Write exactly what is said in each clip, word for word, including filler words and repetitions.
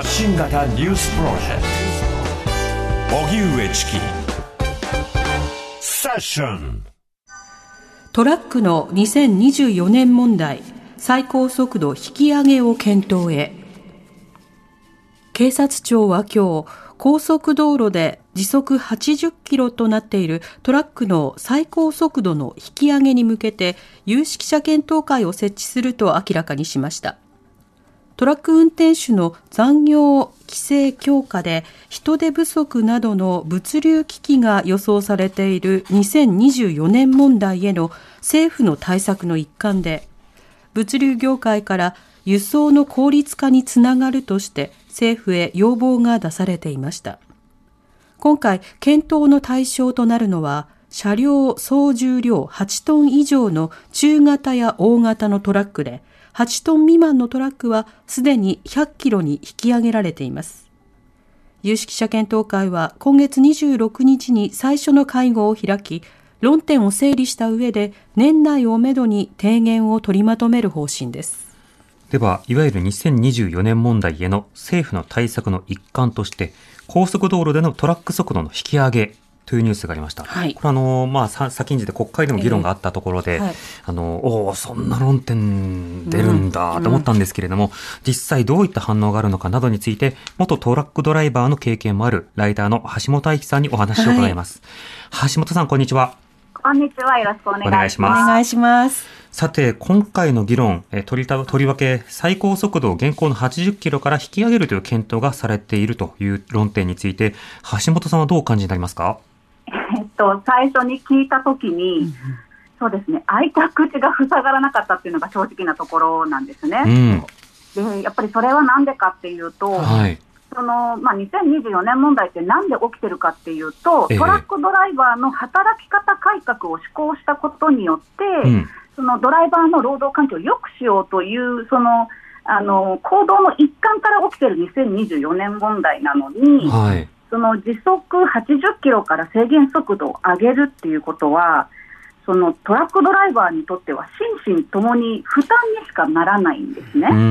発信型ニュースプロジェクト荻上チキセッション。 トラックのにせんにじゅうよねん問題、最高速度引き上げを検討へ。警察庁は今日、高速道路で時速はちじゅっキロとなっているトラックの最高速度の引き上げに向けて有識者検討会を設置すると明らかにしました。トラック運転手の残業規制強化で人手不足などの物流危機が予想されているにせんにじゅうよねん問題への政府の対策の一環で、物流業界から輸送の効率化につながるとして政府へ要望が出されていました。今回検討の対象となるのは、車両総重量はちトン以上の中型や大型のトラックで、はちトン未満のトラックはすでにひゃっキロに引き上げられています。有識者検討会は今月にじゅうろくにちに最初の会合を開き、論点を整理した上で年内をめどに提言を取りまとめる方針です。 では、いわゆるにせんにじゅうよねん問題への政府の対策の一環として、高速道路でのトラック速度の引き上げというニュースがありました。はい、これあの、まあ、先んじて国会でも議論があったところで、えーはい、あのおおそんな論点出るんだと思ったんですけれども、うんうん、実際どういった反応があるのかなどについて、元トラックドライバーの経験もあるライダーの橋本愛希さんにお話を伺います。はい、橋本さん、こんにちは。 こんにちは。よろしくお願いします。 お願いします。 さて、今回の議論、えとりた、とりわけ最高速度を現行のはちじゅっキロから引き上げるという検討がされているという論点について、橋本さんはどうお感じになりますか？ えっと、最初に聞いたときに、うん、そうですね、開いた口が塞がらなかったっていうのが正直なところなんですね。うん、で、やっぱりそれはなんでかっていうと、はい、そのまあ、にせんにじゅうよねん問題ってなんで起きてるかっていうと、トラックドライバーの働き方改革を施行したことによって、うん、そのドライバーの労働環境を良くしようというそのあの行動の一環から起きているにせんにじゅうよねん問題なのに、はい、その時速はちじゅっキロから制限速度を上げるっていうことは、そのトラックドライバーにとっては心身ともに負担にしかならないんですね。うん、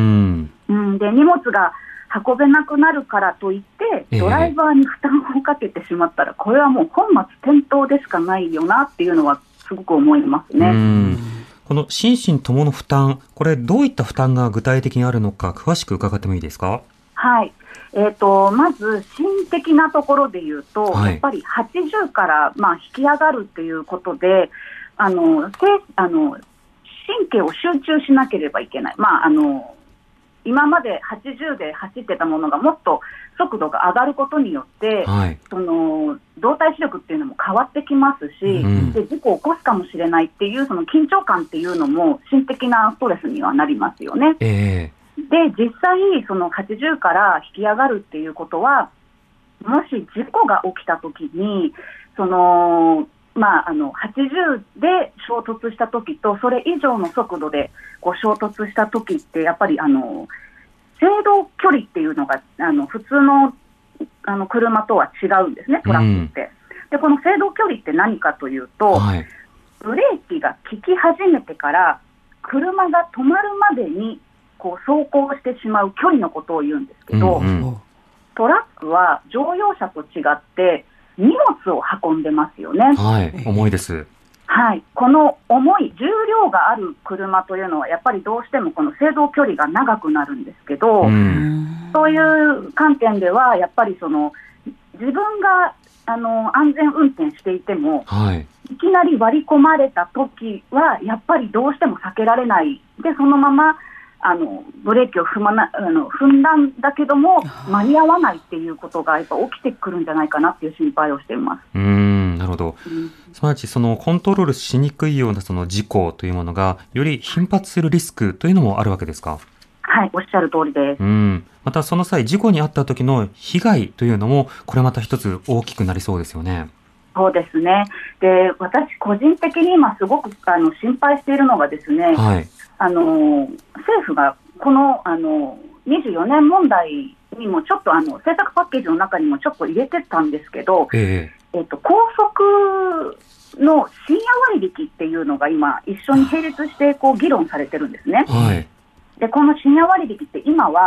うん、で荷物が運べなくなるからといってドライバーに負担をかけてしまったら、これはもう本末転倒でしかないよなっていうのはすごく思いますね。うん、 この心身ともの負担、これどういった負担が具体的にあるのか詳しく伺ってもいいですか？ はい、えーと、まず心的なところでいうと、はい、やっぱりはちじゅうから、まあ、引き上がるということで、あのあの神経を集中しなければいけない。まあ、あの今まではちじゅうで走ってたものがもっと速度が上がることによって、はい、その動体視力っていうのも変わってきますし、うん、で事故を起こすかもしれないっていうその緊張感っていうのも心的なストレスにはなりますよね。えー、で実際そのはちじゅうから引き上がるっていうことは、もし事故が起きたときにそのまあ、あのはちじゅうで衝突したときとそれ以上の速度でこう衝突したときって、やっぱりあの制動距離っていうのがあの普通の、あの車とは違うんですね、トラックって。うん、でこの制動距離って何かというと、はい、ブレーキが効き始めてから車が止まるまでにこう走行してしまう距離のことを言うんですけど、うんうん、トラックは乗用車と違って荷物を運んでますよね。 はい、重いです。 はい、この重い重量がある車というのはやっぱりどうしてもこの制動距離が長くなるんですけど、うん、そういう観点ではやっぱりその自分があの安全運転していても、はい、いきなり割り込まれた時はやっぱりどうしても避けられないで、そのままあのブレーキを踏まなあの踏んだんだけども間に合わないっていうことがやっぱ起きてくるんじゃないかなっていう心配をしています。 うーん、なるほど。うん、すなわちそのコントロールしにくいようなその事故というものがより頻発するリスクというのもあるわけですか？ はい、おっしゃる通りです。 うん、またその際事故に遭った時の被害というのもこれまた一つ大きくなりそうですよね。 そうですね。で、私個人的に今すごくあの心配しているのがですね、はい、あの政府がこの、あのにじゅうよねん問題にもちょっとあの政策パッケージの中にもちょっと入れてたんですけど、えーえー、と高速の深夜割引っていうのが今一緒に並列してこう議論されてるんですね。はい、でこの深夜割引って今は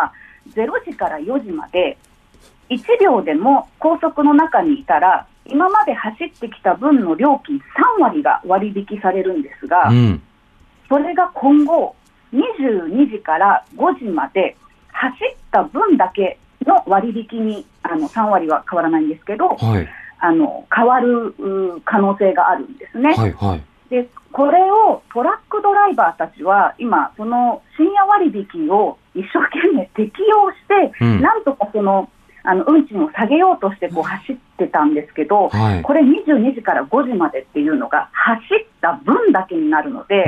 れいじからよじまでいちびょうでも高速の中にいたら今まで走ってきた分の料金さんわりが割引されるんですが、うん、それが今後にじゅうにじからごじまで走った分だけの割引にあのさんわりは変わらないんですけど、はい、あの変わる可能性があるんですね、はいはい、でこれをトラックドライバーたちは今その深夜割引を一生懸命適用して、うん、なんとかそのあの運賃を下げようとしてこう走ってたんですけど、はい、これにじゅうにじからごじまでっていうのが走った分だけになるので、うん、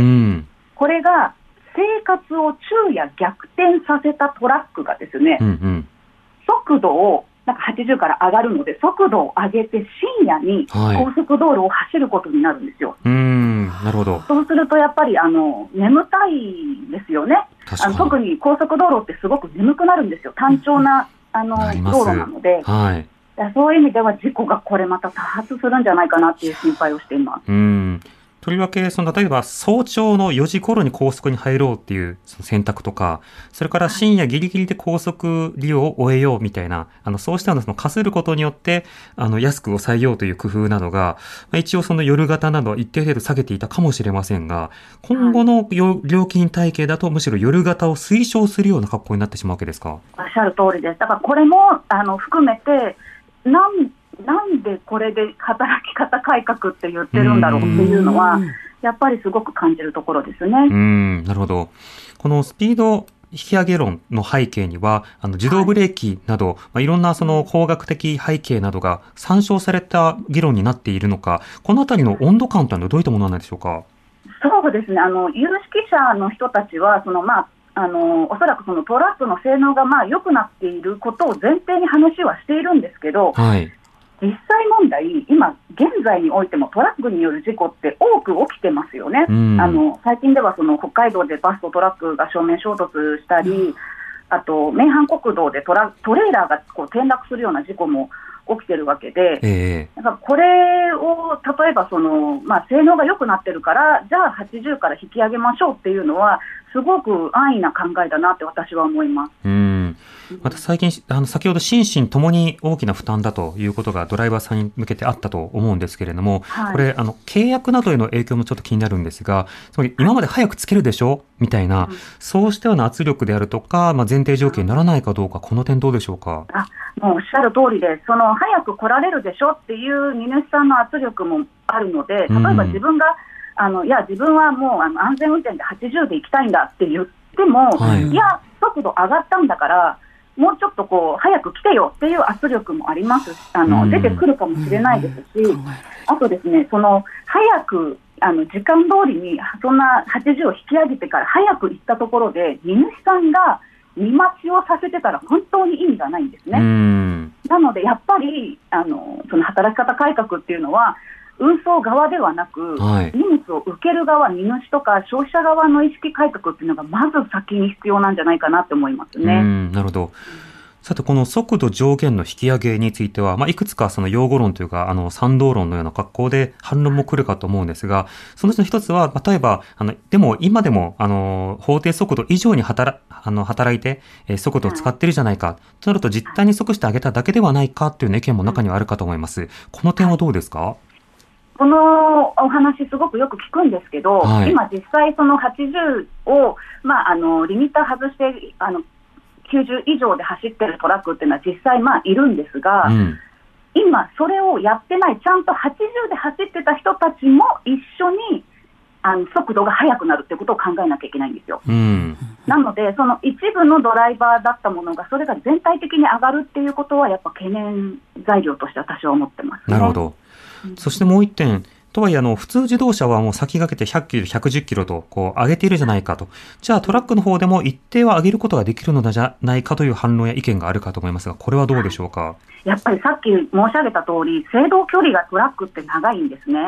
これが生活を昼夜逆転させたトラックがですね、うんうん、速度をなんかはちじゅうから上がるので速度を上げて深夜に高速道路を走ることになるんですよ、はい、うーんなるほど。そうするとやっぱりあの眠たいですよね。あの特に高速道路ってすごく眠くなるんですよ。単調なあの道路なので、はい、そういう意味では事故がこれまた多発するんじゃないかなっていう心配をしています。 うん、とりわけその例えば早朝のよじ頃に高速に入ろうっていうその選択とか、それから深夜ギリギリで高速利用を終えようみたいな、あのそうしたのそのかすることによってあの安く抑えようという工夫などが、まあ、一応その夜型などは一定程度下げていたかもしれませんが、今後の料金体系だとむしろ夜型を推奨するような格好になってしまうわけですか。 おっしゃる通りです。だからこれもあの含めてなんなんでこれで働き方改革って言ってるんだろうっていうのはやっぱりすごく感じるところですね。 うーん、なるほど。このスピード引き上げ論の背景にはあの自動ブレーキなど、はいまあ、いろんなその工学的背景などが参照された議論になっているのか、このあたりの温度感というのはどういったものなんでしょうか。 そうですね、あの有識者の人たちはその、まああのおそらくそのトラックの性能がまあ良くなっていることを前提に話はしているんですけど、はい、実際問題、今現在においてもトラックによる事故って多く起きてますよね。あの最近ではその北海道でバスとトラックが正面衝突したり、うん、あと名阪国道でトラトレーラーがこう転落するような事故も起きてるわけで、えー、だからこれを例えばその、まあ、性能が良くなってるからじゃあはちじゅうから引き上げましょうっていうのはすごく安易な考えだなって私は思います。 うんまた最近あの先ほど心身ともに大きな負担だということがドライバーさんに向けてあったと思うんですけれども、はい、これあの契約などへの影響もちょっと気になるんですが、つまり今まで早くつけるでしょみたいな、うん、そうしたような圧力であるとか、まあ、前提条件にならないかどうか、この点どうでしょうか。 あもうおっしゃる通りで、その早く来られるでしょっていう荷主さんの圧力もあるので、例えば自分が、うん、あのいや自分はもうあの安全運転ではちじゅうで行きたいんだって言っても、はい、いや速度上がったんだからもうちょっとこう早く来てよっていう圧力もあります。あの、うん、出てくるかもしれないですし、うん、あとですね、その早くあの時間通りにそんなはちじゅうを引き上げてから早く行ったところで荷主さんが荷待ちをさせてたら本当に意味がないんですね。うんなのでやっぱりあのその働き方改革っていうのは運送側ではなく、はい、荷物を受ける側、荷主とか消費者側の意識改革っていうのがまず先に必要なんじゃないかなと思いますね。 うんなるほど。さてこの速度上限の引き上げについては、まあ、いくつかその用語論というかあの賛同論のような格好で反論も来るかと思うんですが、そのうちの一つは例えばあのでも今でもあの法定速度以上に働あの働いて、えー、速度を使ってるじゃないか、はい、となると実態に即してあげただけではないかという、ね、意見も中にはあるかと思います。この点はどうですか。はい、 このお話すごくよく聞くんですけど、はい、今実際そのはちじゅうを、まあ、あのリミッター外してあのきゅうじゅう以上で走ってるトラックっていうのは実際まあいるんですが、うん、今それをやってないちゃんとはちじゅうで走ってた人たちも一緒にあの速度が速くなるってことを考えなきゃいけないんですよ。うん、なのでその一部のドライバーだったものがそれが全体的に上がるっていうことはやっぱ懸念材料として私は思ってますね。 なるほど。うん、そしてもう一点とはいえあの普通自動車はもう先駆けてひゃっキロひゃくじゅっキロとこう上げているじゃないかと。じゃあトラックの方でも一定は上げることができるのじゃないかという反論や意見があるかと思いますが、これはどうでしょうか。 やっぱりさっき申し上げた通り制動距離がトラックって長いんですね。うん、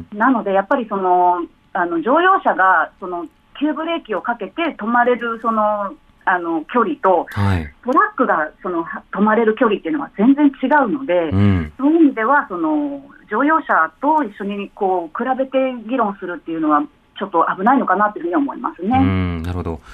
なのでやっぱりそのあの乗用車がその急ブレーキをかけて止まれるそのあの距離と、はい、トラックがその止まれる距離っていうのは全然違うので、うん、そういう意味ではその乗用車と一緒にこう比べて議論するっていうのはちょっと危ないのかなというふうに思いますね。 うんなるほど。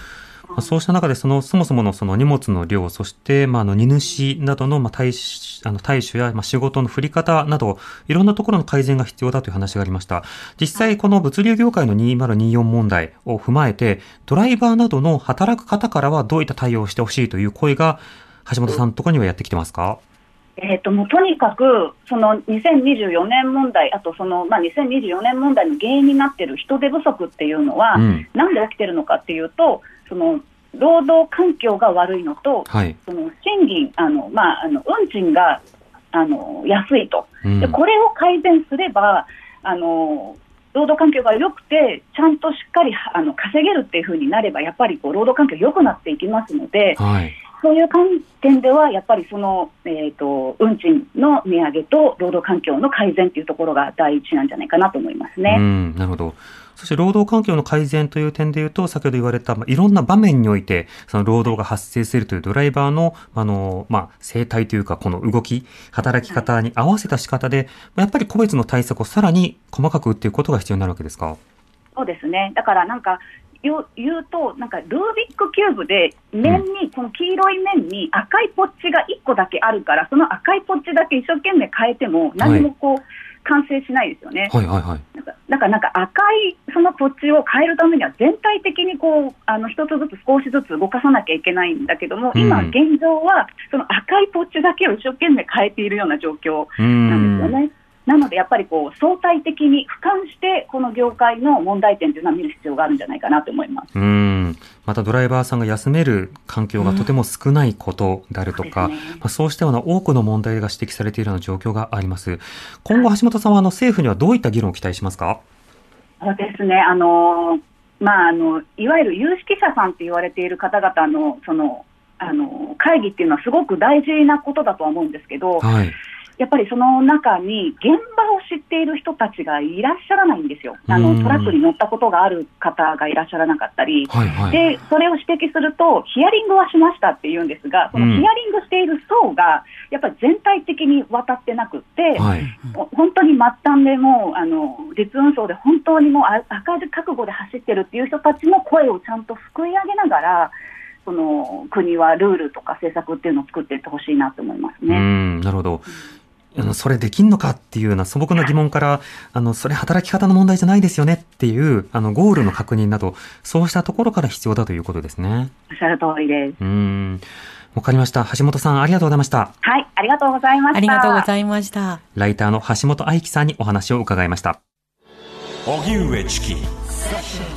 まあ、そうした中でそのそもそものその荷物の量、そしてまああの荷主などのまあ対あの対処やまあ仕事の振り方などいろんなところの改善が必要だという話がありました。実際この物流業界のにせんにじゅうよん問題を踏まえてドライバーなどの働く方からはどういった対応をしてほしいという声が橋本さんのところにはやってきてますか？ えー、ともうとにかくそのにせんにじゅうよねん問題、あとその、まあ、にせんにじゅうよねん問題の原因になっている人手不足っていうのは、うん、なんで起きてるのかっていうと、その労働環境が悪いのと、はい、その賃金、あの、まあ、あの運賃があの安いと、うん、でこれを改善すればあの労働環境が良くてちゃんとしっかりあの稼げるっていう風になればやっぱりこう労働環境良くなっていきますので、はい、そういう観点ではやっぱりその、えーと、運賃の値上げと労働環境の改善というところが第一なんじゃないかなと思いますね。 うん、なるほど。そして労働環境の改善という点でいうと、先ほど言われた、まあ、いろんな場面においてその労働が発生するというドライバーの、あの、まあ、生態というかこの動き、働き方に合わせた仕方で、はい、やっぱり個別の対策をさらに細かく打っていくことが必要になるわけですか？ そうですね。だからなんか言うと、なんかルービックキューブで面に、うん、この黄色い面に赤いポッチがいっこだけあるから、その赤いポッチだけ一生懸命変えても何もこう、はい、完成しないですよね。はいはいはい。だからなんか赤いそのポッチを変えるためには全体的にこうあの一つずつ少しずつ動かさなきゃいけないんだけども、うん、今現状はその赤いポッチだけを一生懸命変えているような状況なんですよね。なのでやっぱりこう相対的に俯瞰してこの業界の問題点というのは見る必要があるんじゃないかなと思います。 うーん、またドライバーさんが休める環境がとても少ないことであるとか、うん そうですね、まあ、そうしたような多くの問題が指摘されているような状況があります。今後橋本さんはあの政府にはどういった議論を期待しますか？ そうですね、あの、まあ、あのいわゆる有識者さんと言われている方々の、その、あの会議っていうのはすごく大事なことだとは思うんですけど、はい、やっぱりその中に現場を知っている人たちがいらっしゃらないんですよ。あのトラックに乗ったことがある方がいらっしゃらなかったり、はいはい、でそれを指摘するとヒアリングはしましたって言うんですが、そのヒアリングしている層がやっぱり全体的に渡ってなくって、はい、本当に末端でもうあの実運送で本当にもう赤字覚悟で走ってるっていう人たちの声をちゃんとすくい上げながら、その国はルールとか政策っていうのを作っていってほしいなと思いますね。 うん、なるほど。あのそれできんのかっていうような素朴な疑問から、あのそれ働き方の問題じゃないですよねっていうあのゴールの確認など、そうしたところから必要だということですね。 おっしゃる通りです。 うーん、わかりました。橋本さんありがとうございました。 はい、ありがとうございました。 ありがとうございました。 ライターの橋本愛希さんにお話を伺いました。 荻上チキ